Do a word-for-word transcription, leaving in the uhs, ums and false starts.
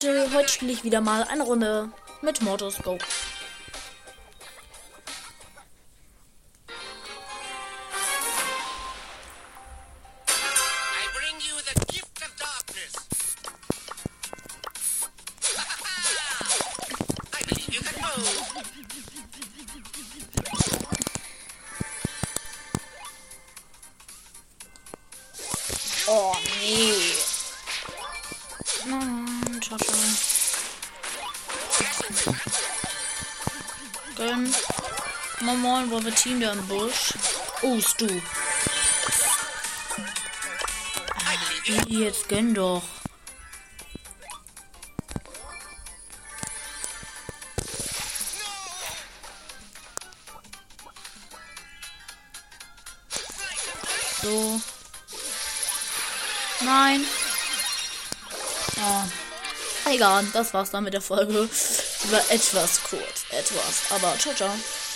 Heute spiele ich wieder mal eine Runde mit Mortis Go. I bring you the gift of darkness. I believe you can move. Oh nee. Nein, ciao, ciao. Gönn. Moin Moin, wo wir Team da im Busch? Oh, Stu. Ah, jetzt gönn doch. So. Nein. Oh. Egal, das war's dann mit der Folge. War etwas kurz. Etwas. Aber ciao, ciao.